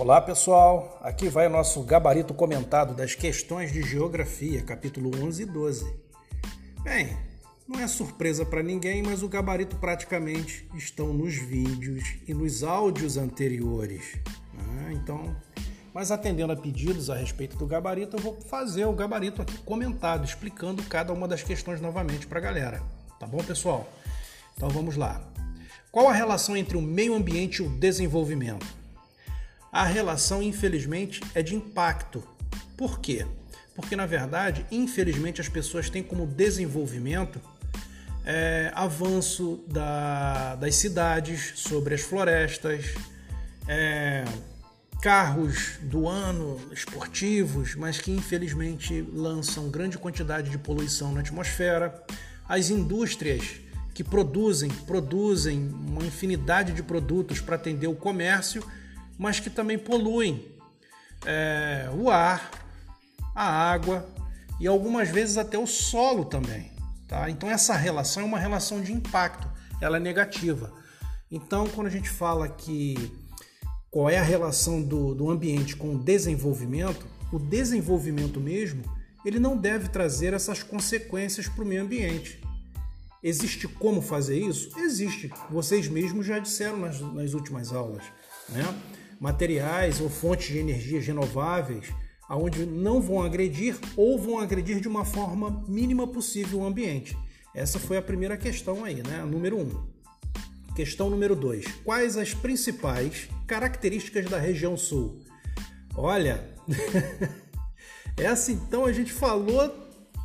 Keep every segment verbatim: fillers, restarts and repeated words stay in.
Olá pessoal, aqui vai o nosso gabarito comentado das questões de geografia, capítulo onze e doze. Bem, não é surpresa para ninguém, mas o gabarito praticamente estão nos vídeos e nos áudios anteriores. Né? Então, mas atendendo a pedidos a respeito do gabarito, eu vou fazer o gabarito aqui comentado, explicando cada uma das questões novamente para a galera. Tá bom, pessoal? Então vamos lá. Qual a relação entre o meio ambiente e o desenvolvimento? A relação, infelizmente, é de impacto. Por quê? Porque, na verdade, infelizmente, as pessoas têm como desenvolvimento é, avanço da, das cidades sobre as florestas, é, carros do ano esportivos, mas que, infelizmente, lançam grande quantidade de poluição na atmosfera, as indústrias que produzem, produzem uma infinidade de produtos para atender o comércio, mas que também poluem é, o ar, a água e algumas vezes até o solo também. Tá? Então essa relação é uma relação de impacto, ela é negativa. Então quando a gente fala que qual é a relação do, do ambiente com o desenvolvimento, o desenvolvimento mesmo, ele não deve trazer essas consequências para o meio ambiente. Existe como fazer isso? Existe. Vocês mesmos já disseram nas, nas últimas aulas, né? Materiais ou fontes de energias renováveis, onde não vão agredir ou vão agredir de uma forma mínima possível o ambiente. Essa foi a primeira questão aí, né? Número um. Questão número dois. Quais as principais características da região sul? Olha, essa então a gente falou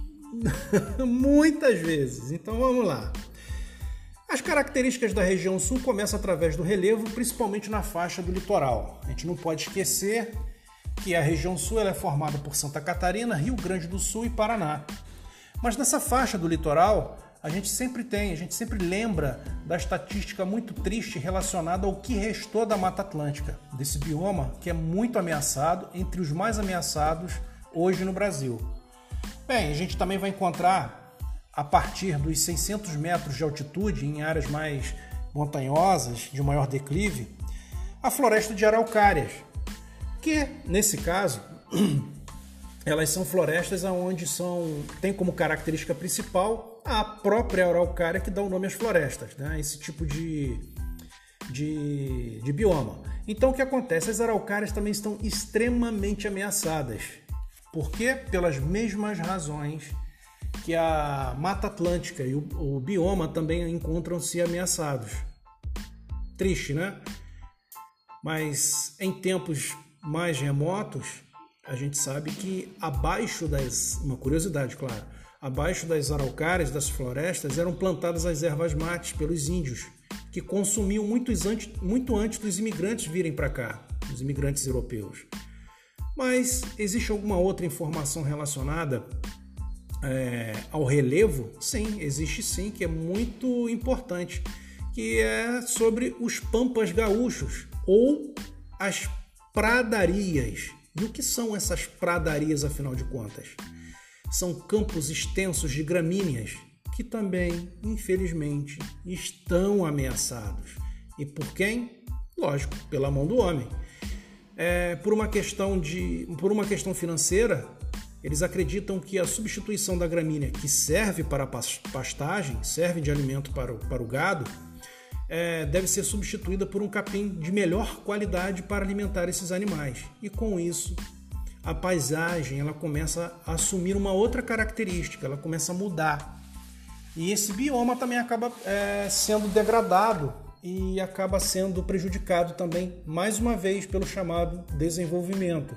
muitas vezes. Então vamos lá. As características da região sul começam através do relevo, principalmente na faixa do litoral. A gente não pode esquecer que a região sul ela é formada por Santa Catarina, Rio Grande do Sul e Paraná. Mas nessa faixa do litoral, a gente sempre tem, a gente sempre lembra da estatística muito triste relacionada ao que restou da Mata Atlântica, desse bioma que é muito ameaçado, entre os mais ameaçados hoje no Brasil. Bem, a gente também vai encontrar a partir dos seiscentos metros de altitude, em áreas mais montanhosas, de maior declive, a floresta de araucárias, que, nesse caso, elas são florestas onde são, tem como característica principal a própria araucária que dá o nome às florestas, né? Esse tipo de, de, de bioma. Então, o que acontece? As araucárias também estão extremamente ameaçadas. Por quê? Pelas mesmas razões que a Mata Atlântica e o, o bioma também encontram-se ameaçados. Triste, né? Mas em tempos mais remotos, a gente sabe que abaixo das... Uma curiosidade, claro. Abaixo das araucárias, das florestas, eram plantadas as ervas mates pelos índios, que consumiam muito antes, muito antes dos imigrantes virem para cá, os imigrantes europeus. Mas existe alguma outra informação relacionada É, ao relevo? Sim, existe sim, que é muito importante, que é sobre os pampas gaúchos ou as pradarias. E o que são essas pradarias, afinal de contas? São campos extensos de gramíneas que também, infelizmente, estão ameaçados. E por quem? Lógico, pela mão do homem. É, por uma questão de, por uma questão financeira, eles acreditam que a substituição da gramínea, que serve para a pastagem, serve de alimento para o, para o gado, é, deve ser substituída por um capim de melhor qualidade para alimentar esses animais. E com isso, a paisagem ela começa a assumir uma outra característica, ela começa a mudar. E esse bioma também acaba é, sendo degradado e acaba sendo prejudicado também, mais uma vez, pelo chamado desenvolvimento.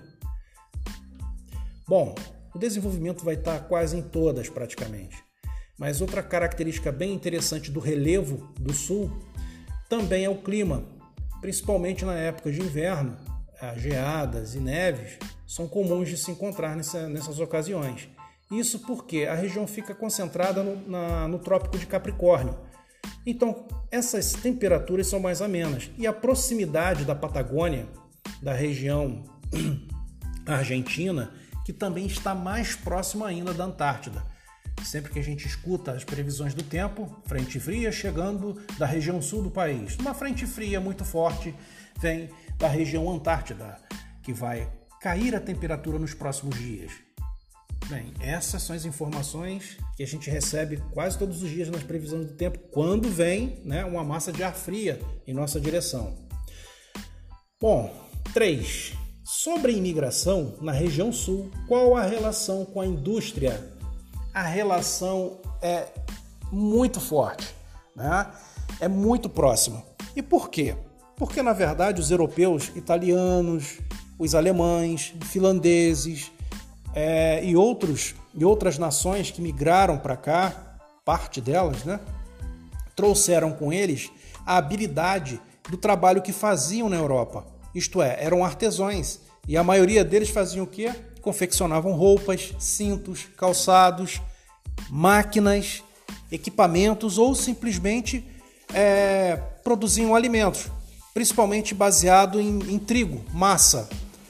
Bom, o desenvolvimento vai estar quase em todas praticamente, mas outra característica bem interessante do relevo do sul também é o clima, principalmente na época de inverno. As geadas e neves são comuns de se encontrar nessa, nessas ocasiões. Isso porque a região fica concentrada no, na, no Trópico de Capricórnio. Então, essas temperaturas são mais amenas e a proximidade da Patagônia, da região argentina, que também está mais próximo ainda da Antártida. Sempre que a gente escuta as previsões do tempo, frente fria chegando da região sul do país. Uma frente fria muito forte vem da região Antártida, que vai cair a temperatura nos próximos dias. Bem, essas são as informações que a gente recebe quase todos os dias nas previsões do tempo, quando vem, né, uma massa de ar fria em nossa direção. Bom, três. Sobre a imigração na região sul, qual a relação com a indústria? A relação é muito forte, né? É muito próxima. E por quê? Porque, na verdade, os europeus, italianos, os alemães, finlandeses é, e, outros, e outras nações que migraram para cá, parte delas, né, trouxeram com eles a habilidade do trabalho que faziam na Europa. Isto é, eram artesãos, e a maioria deles faziam o quê? Confeccionavam roupas, cintos, calçados, máquinas, equipamentos ou simplesmente é, produziam alimentos, principalmente baseado em, em trigo, massa.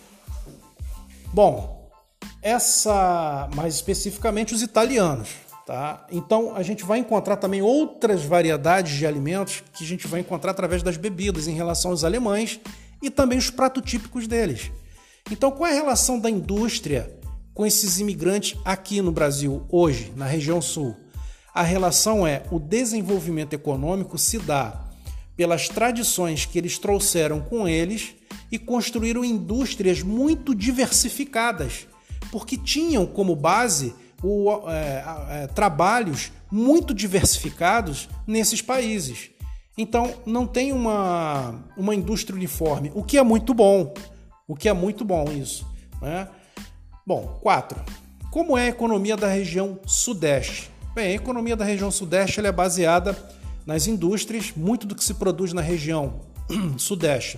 Bom, essa, mais especificamente os italianos, tá? Então a gente vai encontrar também outras variedades de alimentos que a gente vai encontrar através das bebidas em relação aos alemães e também os pratos típicos deles. Então, qual é a relação da indústria com esses imigrantes aqui no Brasil, hoje, na região sul? A relação é o desenvolvimento econômico se dá pelas tradições que eles trouxeram com eles e construíram indústrias muito diversificadas, porque tinham como base o, é, é, trabalhos muito diversificados nesses países. Então, não tem uma, uma indústria uniforme, o que é muito bom. O que é muito bom isso, né? Bom, quatro. Como é a economia da região sudeste? Bem, a economia da região sudeste ela é baseada nas indústrias, muito do que se produz na região sudeste.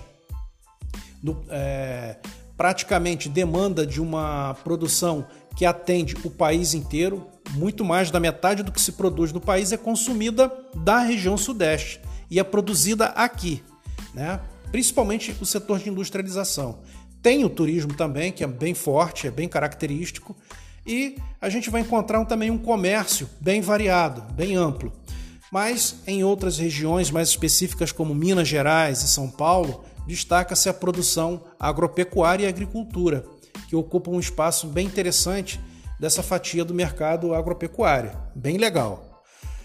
No, é, praticamente demanda de uma produção que atende o país inteiro, muito mais da metade do que se produz no país é consumida da região sudeste e é produzida aqui, né? Principalmente o setor de industrialização. Tem o turismo também, que é bem forte, é bem característico, e a gente vai encontrar também um comércio bem variado, bem amplo. Mas em outras regiões mais específicas, como Minas Gerais e São Paulo, destaca-se a produção agropecuária e agricultura, que ocupa um espaço bem interessante dessa fatia do mercado agropecuário. Bem legal.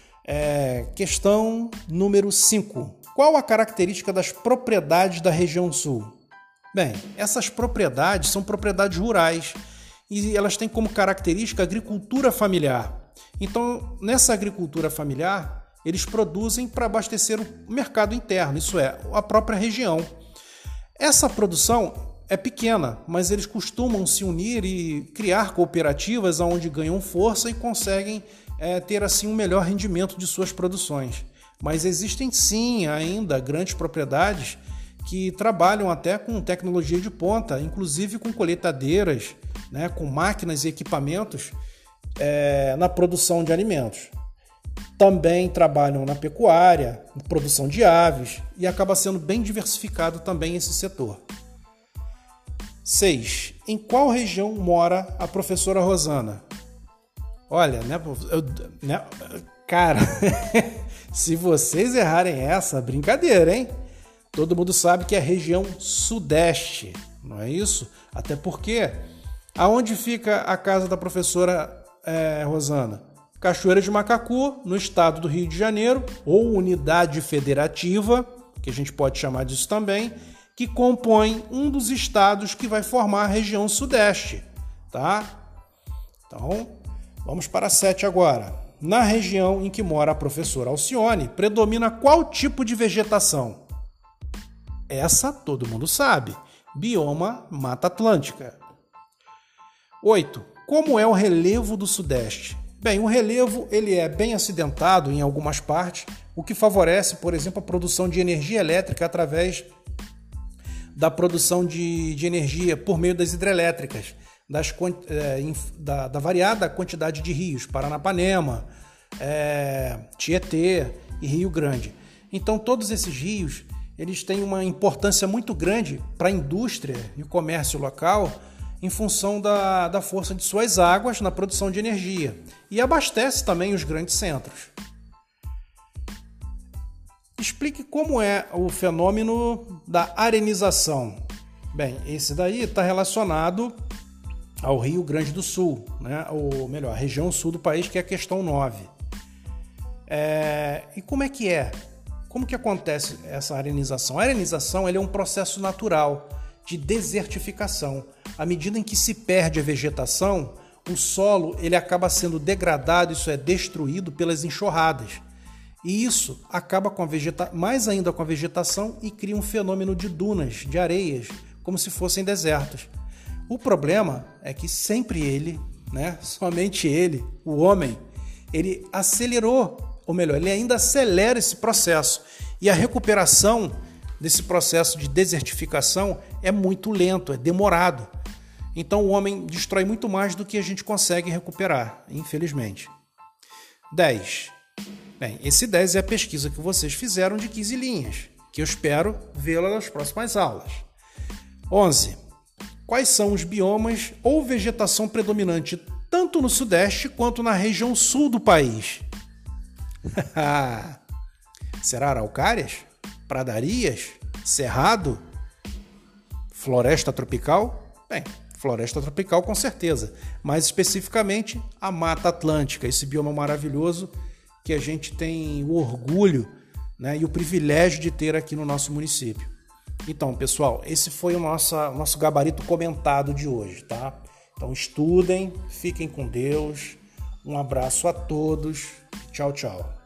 É, questão número cinco. Qual a característica das propriedades da região sul? Bem, essas propriedades são propriedades rurais e elas têm como característica a agricultura familiar. Então, nessa agricultura familiar, eles produzem para abastecer o mercado interno, isso é, a própria região. Essa produção é pequena, mas eles costumam se unir e criar cooperativas onde ganham força e conseguem é, ter assim um melhor rendimento de suas produções. Mas existem sim ainda grandes propriedades que trabalham até com tecnologia de ponta, inclusive com colheitadeiras, né, com máquinas e equipamentos é, na produção de alimentos. Também trabalham na pecuária, na produção de aves e acaba sendo bem diversificado também esse setor. seis. Em qual região mora a professora Rosana? Olha, né, eu, né cara, se vocês errarem essa, brincadeira, hein? Todo mundo sabe que é a região sudeste, não é isso? Até porque, aonde fica a casa da professora é, Rosana? Cachoeira de Macacu, no estado do Rio de Janeiro, ou unidade federativa, que a gente pode chamar disso também, que compõe um dos estados que vai formar a região sudeste, tá? Então, vamos para a sete agora. Na região em que mora a professora Alcione, predomina qual tipo de vegetação? Essa todo mundo sabe. Bioma Mata Atlântica. oito. Como é o relevo do Sudeste? Bem, o relevo ele é bem acidentado em algumas partes, o que favorece, por exemplo, a produção de energia elétrica através da produção de, de energia por meio das hidrelétricas, das, é, da, da variada quantidade de rios, Paranapanema, é, Tietê e Rio Grande. Então, todos esses rios eles têm uma importância muito grande para a indústria e o comércio local em função da, da força de suas águas na produção de energia e abastece também os grandes centros. Explique como é o fenômeno da arenização. Bem, esse daí está relacionado ao Rio Grande do Sul, né? Ou melhor, a região sul do país, que é a questão nove. É... E como é que é? Como que acontece essa arenização? A arenização ele é um processo natural de desertificação. À medida em que se perde a vegetação, o solo ele acaba sendo degradado, isso é, destruído pelas enxurradas. E isso acaba com a vegeta... mais ainda com a vegetação e cria um fenômeno de dunas, de areias, como se fossem desertos. O problema é que sempre ele, né, somente ele, o homem, ele acelerou, ou melhor, ele ainda acelera esse processo. E a recuperação desse processo de desertificação é muito lento, é demorado. Então o homem destrói muito mais do que a gente consegue recuperar, infelizmente. dez. Bem, esse dez é a pesquisa que vocês fizeram de quinze linhas, que eu espero vê-la nas próximas aulas. onze. Quais são os biomas ou vegetação predominante tanto no sudeste quanto na região sul do país? Será araucárias? Pradarias? Cerrado? Floresta tropical? Bem, floresta tropical com certeza, mais especificamente a Mata Atlântica, esse bioma maravilhoso que a gente tem o orgulho, né, e o privilégio de ter aqui no nosso município. Então, pessoal, esse foi o nosso, nosso gabarito comentado de hoje, tá? Então, estudem, fiquem com Deus, um abraço a todos, tchau, tchau.